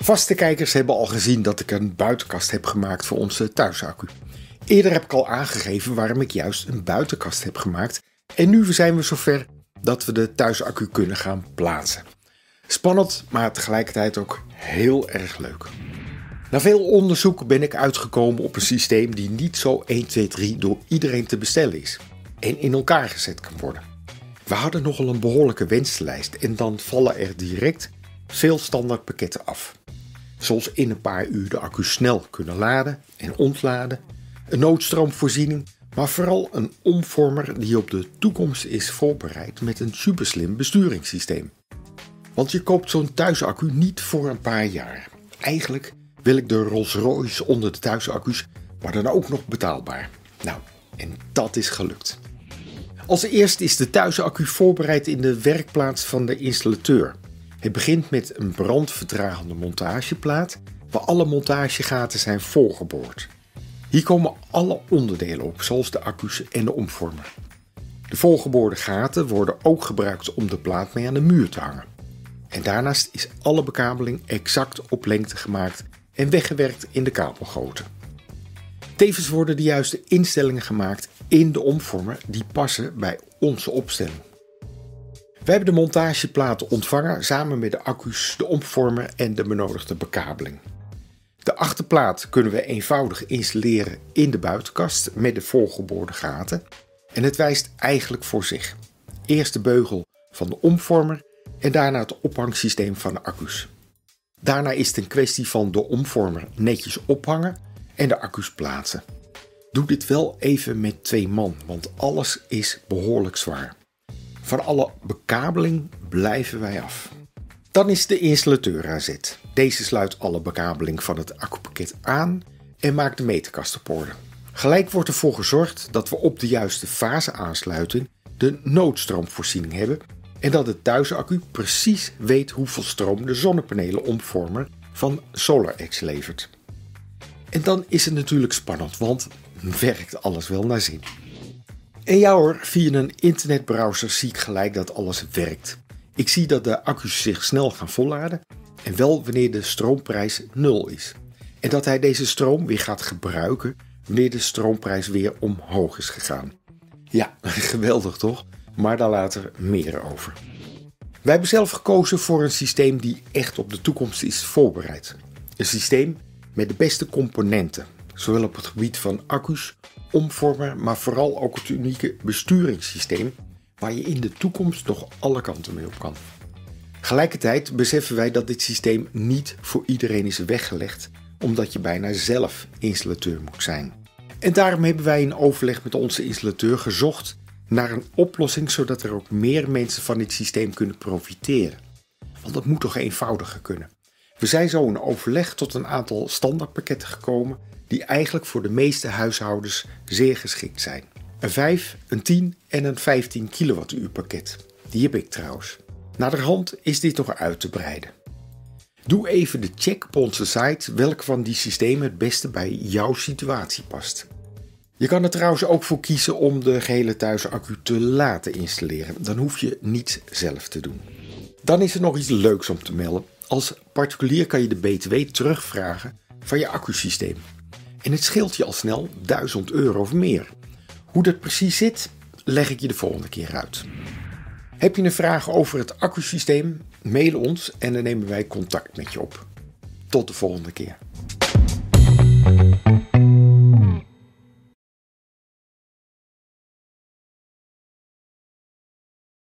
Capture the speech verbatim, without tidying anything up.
Vaste kijkers hebben al gezien dat ik een buitenkast heb gemaakt voor onze thuisaccu. Eerder heb ik al aangegeven waarom ik juist een buitenkast heb gemaakt. En nu zijn we zover dat we de thuisaccu kunnen gaan plaatsen. Spannend, maar tegelijkertijd ook heel erg leuk. Na veel onderzoek ben ik uitgekomen op een systeem die niet zo één, twee, drie door iedereen te bestellen is. En in elkaar gezet kan worden. We hadden nogal een behoorlijke wensenlijst en dan vallen er direct veel standaardpakketten af. Zoals in een paar uur de accu snel kunnen laden en ontladen, een noodstroomvoorziening, maar vooral een omvormer die op de toekomst is voorbereid met een superslim besturingssysteem. Want je koopt zo'n thuisaccu niet voor een paar jaar. Eigenlijk wil ik de Rolls-Royce onder de thuisaccu's, maar dan ook nog betaalbaar. Nou, en dat is gelukt. Als eerste is de thuisaccu voorbereid in de werkplaats van de installateur. Het begint met een brandvertragende montageplaat, waar alle montagegaten zijn voorgeboord. Hier komen alle onderdelen op, zoals de accu's en de omvormer. De voorgeboorde gaten worden ook gebruikt om de plaat mee aan de muur te hangen. En daarnaast is alle bekabeling exact op lengte gemaakt en weggewerkt in de kabelgoten. Tevens worden de juiste instellingen gemaakt in de omvormer die passen bij onze opstelling. We hebben de montageplaten ontvangen samen met de accu's, de omvormer en de benodigde bekabeling. De achterplaat kunnen we eenvoudig installeren in de buitenkast met de voorgeboorde gaten en het wijst eigenlijk voor zich. Eerst de beugel van de omvormer en daarna het ophangsysteem van de accu's. Daarna is het een kwestie van de omvormer netjes ophangen en de accu's plaatsen. Doe dit wel even met twee man, want alles is behoorlijk zwaar. Van alle bekabeling blijven wij af. Dan is de installateur aan zet. Deze sluit alle bekabeling van het accupakket aan en maakt de meterkast op orde. Gelijk wordt ervoor gezorgd dat we op de juiste fase aansluiting de noodstroomvoorziening hebben en dat de thuisaccu precies weet hoeveel stroom de zonnepanelenomvormer van SolarX levert. En dan is het natuurlijk spannend, want werkt alles wel naar zin? En ja hoor, via een internetbrowser zie ik gelijk dat alles werkt. Ik zie dat de accu's zich snel gaan volladen en wel wanneer de stroomprijs nul is. En dat hij deze stroom weer gaat gebruiken wanneer de stroomprijs weer omhoog is gegaan. Ja, geweldig toch? Maar daar later meer over. Wij hebben zelf gekozen voor een systeem die echt op de toekomst is voorbereid. Een systeem met de beste componenten, zowel op het gebied van accu's, omvormer, maar vooral ook het unieke besturingssysteem waar je in de toekomst nog alle kanten mee op kan. Gelijkertijd beseffen wij dat dit systeem niet voor iedereen is weggelegd, omdat je bijna zelf installateur moet zijn. En daarom hebben wij in overleg met onze installateur gezocht naar een oplossing zodat er ook meer mensen van dit systeem kunnen profiteren. Want dat moet toch eenvoudiger kunnen. We zijn zo in overleg tot een aantal standaardpakketten gekomen die eigenlijk voor de meeste huishoudens zeer geschikt zijn. Een vijf, een tien en een vijftien kilowattuur pakket. Die heb ik trouwens. Naderhand is dit nog uit te breiden. Doe even de check op onze site welk van die systemen het beste bij jouw situatie past. Je kan er trouwens ook voor kiezen om de gehele thuisaccu te laten installeren. Dan hoef je niets zelf te doen. Dan is er nog iets leuks om te melden. Als particulier kan je de B T W terugvragen van je accusysteem. En het scheelt je al snel duizend euro of meer. Hoe dat precies zit, leg ik je de volgende keer uit. Heb je een vraag over het accusysteem? Mail ons en dan nemen wij contact met je op. Tot de volgende keer.